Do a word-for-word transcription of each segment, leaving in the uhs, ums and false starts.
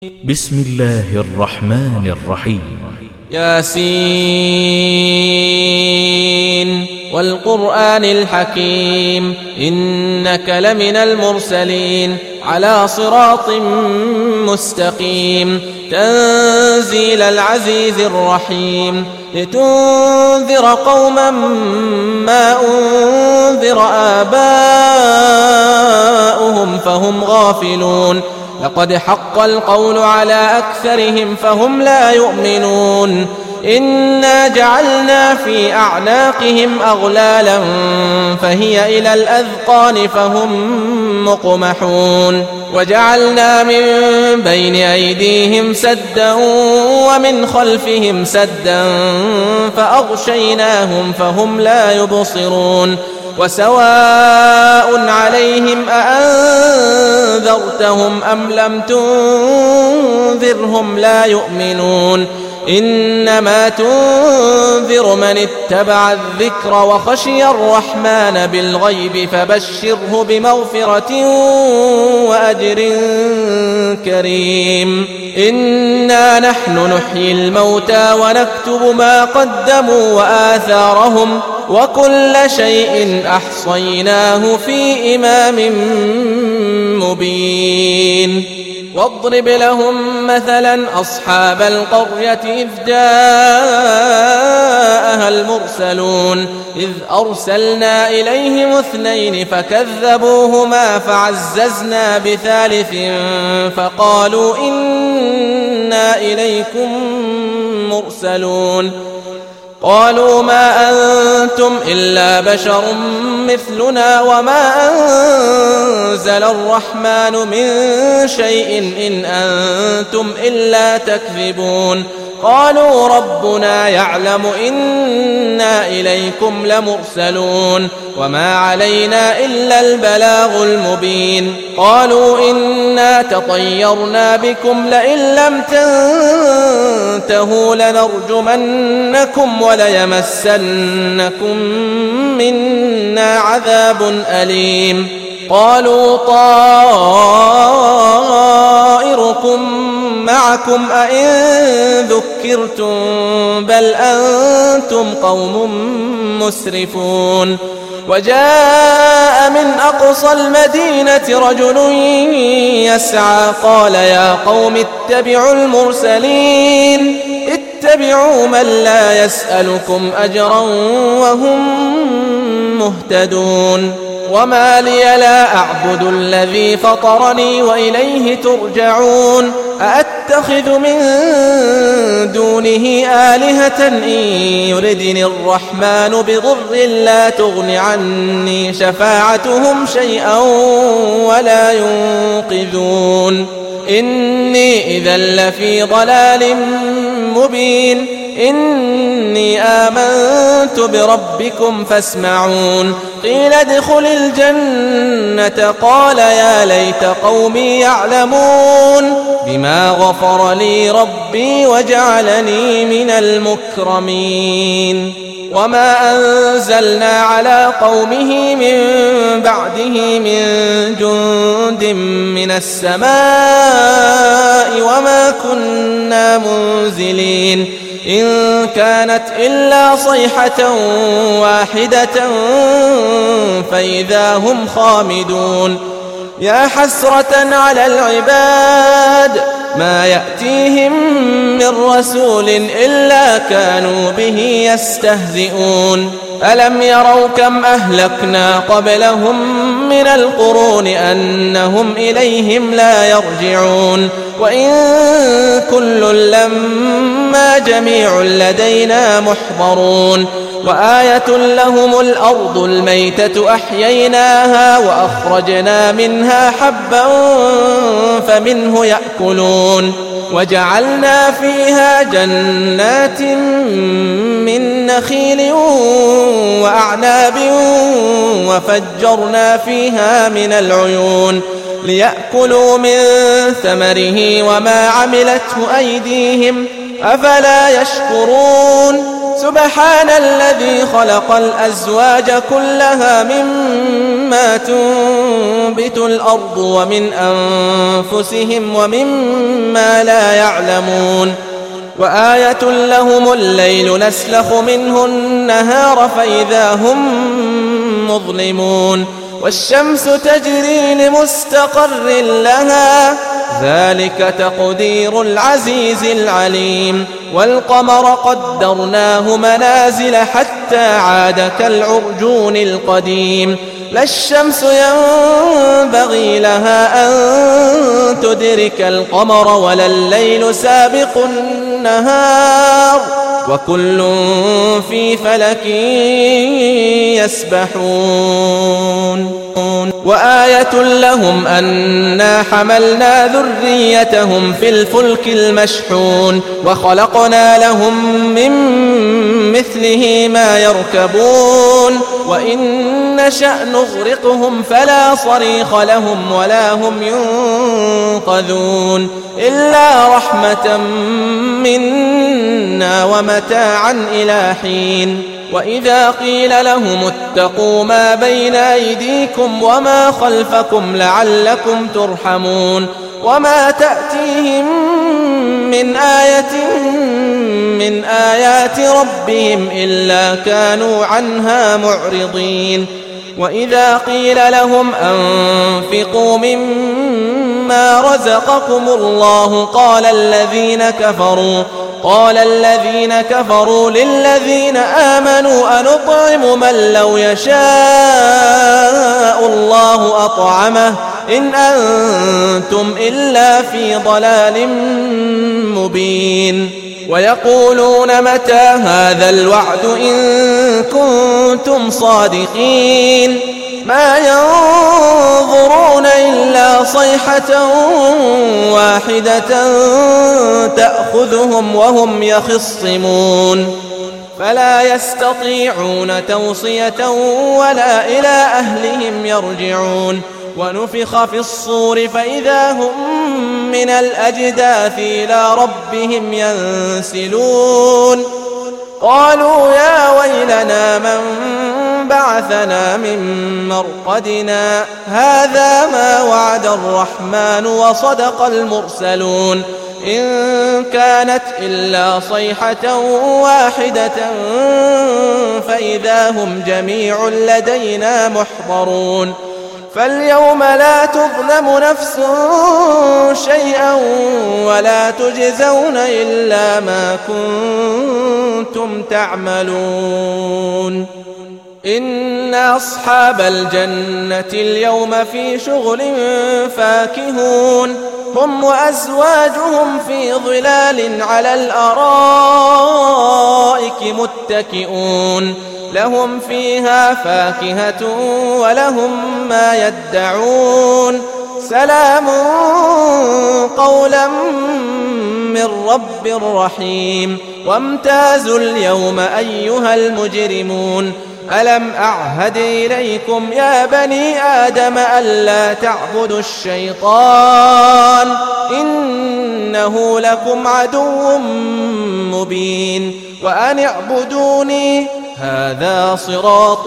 بسم الله الرحمن الرحيم. ياسين والقرآن الحكيم إنك لمن المرسلين على صراط مستقيم تنزيل العزيز الرحيم لتنذر قوما ما أنذر آباؤهم فهم غافلون لقد حق القول على أكثرهم فهم لا يؤمنون إنا جعلنا في أعناقهم أغلالا فهي إلى الأذقان فهم مقمحون وجعلنا من بين أيديهم سدا ومن خلفهم سدا فأغشيناهم فهم لا يبصرون وسواء عليهم أأنذرتهم أم لم تنذرهم لا يؤمنون إنما تنذر من اتبع الذكر وخشي الرحمن بالغيب فبشره بمغفرة وأجر كريم إنا نحن نحيي الموتى ونكتب ما قدموا وآثارهم وكل شيء أحصيناه في إمام مبين واضرب لهم مثلا أصحاب القرية إذ جاءها المرسلون إذ أرسلنا إليهم اثنين فكذبوهما فعززنا بثالث فقالوا إنا إليكم مرسلون قالوا ما أنتم إلا بشر مثلنا وما أنزل الرحمن من شيء إن أنتم إلا تكذبون قالوا ربنا يعلم إنا إليكم لمرسلون وما علينا إلا البلاغ المبين قالوا إنا تطيرنا بكم لئن لم تنتهوا لنرجمنكم وليمسنكم منا عذاب أليم قالوا طائركم معكم أئن ذكرتم بل أنتم قوم مسرفون وجاء من أقصى المدينة رجل يسعى قال يا قوم اتبعوا المرسلين اتبعوا من لا يسألكم أجرا وهم مهتدون وما لي لا أعبد الذي فطرني وإليه ترجعون أأتخذ من دونه آلهة إن يردني الرحمن بضر لا تغن عني شفاعتهم شيئا ولا ينقذون إني إذا لفي ضلال مبين إني آمنت بربكم فاسمعون قيل ادخل الجنة قال يا ليت قومي يعلمون بما غفر لي ربي وجعلني من المكرمين وما أنزلنا على قومه من بعده من جند من السماء وما كنا منزلين إن كانت إلا صيحة واحدة فإذا هم خامدون يا حسرة على العباد ما يأتيهم من رسول إلا كانوا به يستهزئون ألم يروا كم أهلكنا قبلهم من القرون أنهم إليهم لا يرجعون وإن كل لما جميع لدينا محضرون وآية لهم الأرض الميتة أحييناها وأخرجنا منها حبا فمنه يأكلون وجعلنا فيها جنات من نخيل وأعناب وفجرنا فيها من العيون ليأكلوا من ثمره وما عملته أيديهم أفلا يشكرون سبحان الذي خلق الأزواج كلها مما تنبت الأرض ومن أنفسهم ومما لا يعلمون وآية لهم الليل نسلخ منه النهار فإذا هم مظلمون والشمس تجري لمستقر لها ذلك تقدير العزيز العليم والقمر قدرناه منازل حتى عاد كالعرجون القديم لا الشمس ينبغي لها أن تدرك القمر ولا الليل سابق النهار وكل في فلك يسبحون وآية لهم أنا حملنا ذريتهم في الفلك المشحون وخلقنا لهم من مثله ما يركبون وإن نشأ نغرقهم فلا صريخ لهم ولا هم ينقذون إلا رحمة منا ومتاعا إلى حين وإذا قيل لهم اتقوا ما بين أيديكم وما خلفكم لعلكم ترحمون وما تأتيهم من آية من آيات ربهم إلا كانوا عنها معرضين وإذا قيل لهم أنفقوا مما رزقكم الله قال الذين كفروا قال الذين كفروا للذين آمنوا أنطعم من لو يشاء الله أطعمه إن أنتم إلا في ضلال مبين ويقولون متى هذا الوعد إن كنتم صادقين ما ينظرون إلا صيحة واحدة تأخذهم وهم يخصمون فلا يستطيعون توصية ولا إلى أهلهم يرجعون ونفخ في الصور فإذا هم من الأجداث إلى ربهم ينسلون قالوا يا ويلنا من بعثنا من مرقدنا هذا ما وعد الرحمن وصدق المرسلون إن كانت إلا صيحة واحدة فإذا هم جميع لدينا محضرون فاليوم لا تظلم نفس شيئا ولا تجزون إلا ما كنتم تعملون إن أصحاب الجنة اليوم في شغل فاكهون هم وأزواجهم في ظلال على الأرائك متكئون لهم فيها فاكهة ولهم ما يدعون سلام قولا من رب رحيم وامتازوا اليوم أيها المجرمون ألم أعهد إليكم يا بني آدم ألا تعبدوا الشيطان إنه لكم عدو مبين وأن اعبدوني هذا صراط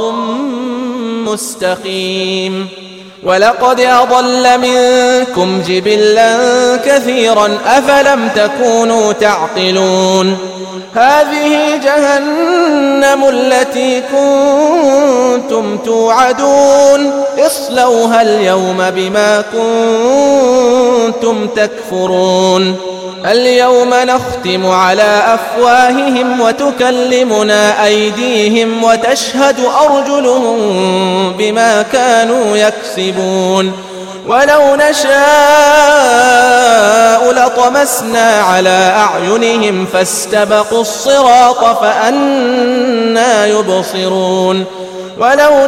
مستقيم ولقد أضل منكم جبلا كثيرا أفلم تكونوا تعقلون هذه جهنم التي كنتم توعدون اصلوها اليوم بما كنتم تكفرون اليوم نختم على أفواههم وتكلمنا أيديهم وتشهد أرجلهم بما كانوا يكسبون ولو نشاء لطمسنا على أعينهم فاستبقوا الصراط فأنى يبصرون ولو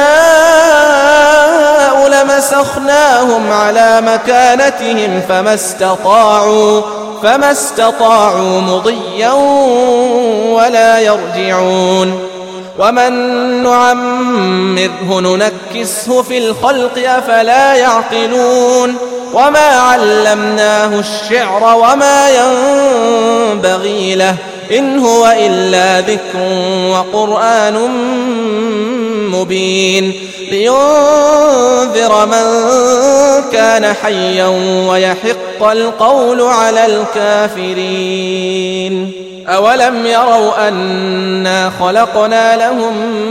نشاء لمسخناهم على مكانتهم فما استطاعوا فما استطاعوا مضيا ولا يرجعون ومن نعمره ننكسه في الخلق أفلا يعقلون وما علمناه الشعر وما ينبغي له إن هو إلا ذكر وقرآن مبين لينذر من كان حيا ويحق القول على الكافرين. أولم يروا أنا خلقنا لهم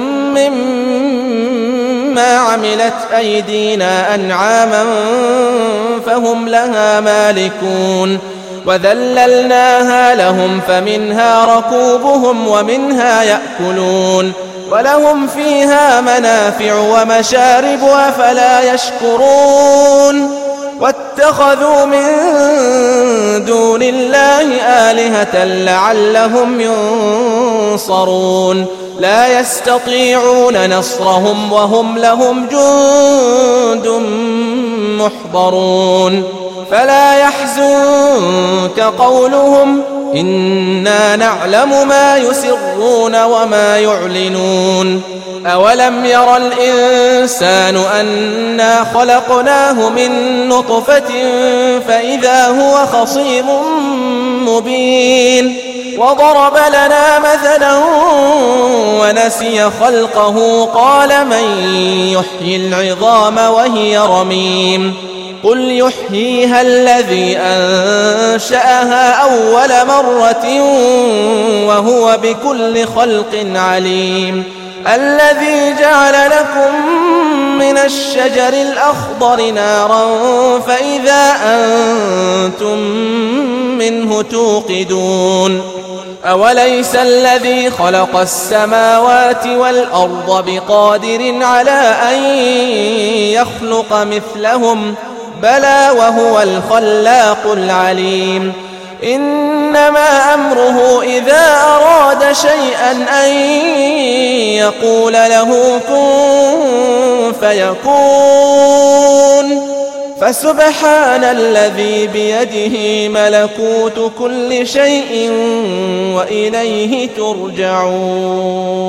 مما عملت أيدينا أنعاما فهم لها مالكون وذللناها لهم فمنها ركوبهم ومنها يأكلون ولهم فيها منافع ومشارب أفلا يشكرون واتخذوا من دون الله آلهة لعلهم ينصرون لا يستطيعون نصرهم وهم لهم جند محضرون فلا يحزنك قولهم إنا نعلم ما يسرون وما يعلنون. أولم ير الإنسان أنا خلقناه من نطفة فإذا هو خصيم مبين وضرب لنا مثلا ونسي خلقه قال من يحيي العظام وهي رميم قل يحييها الذي أنشأها أول مرة وهو بكل خلق عليم الذي جعل لكم من الشجر الأخضر نارا فإذا أنتم منه توقدون أوليس الذي خلق السماوات والأرض بقادر على أن يخلق مثلهم بلى وهو الخلاق العليم إنما أمره إذا أراد شيئا أن يقول له كن فيكون فسبحان الذي بيده ملكوت كل شيء وإليه ترجعون.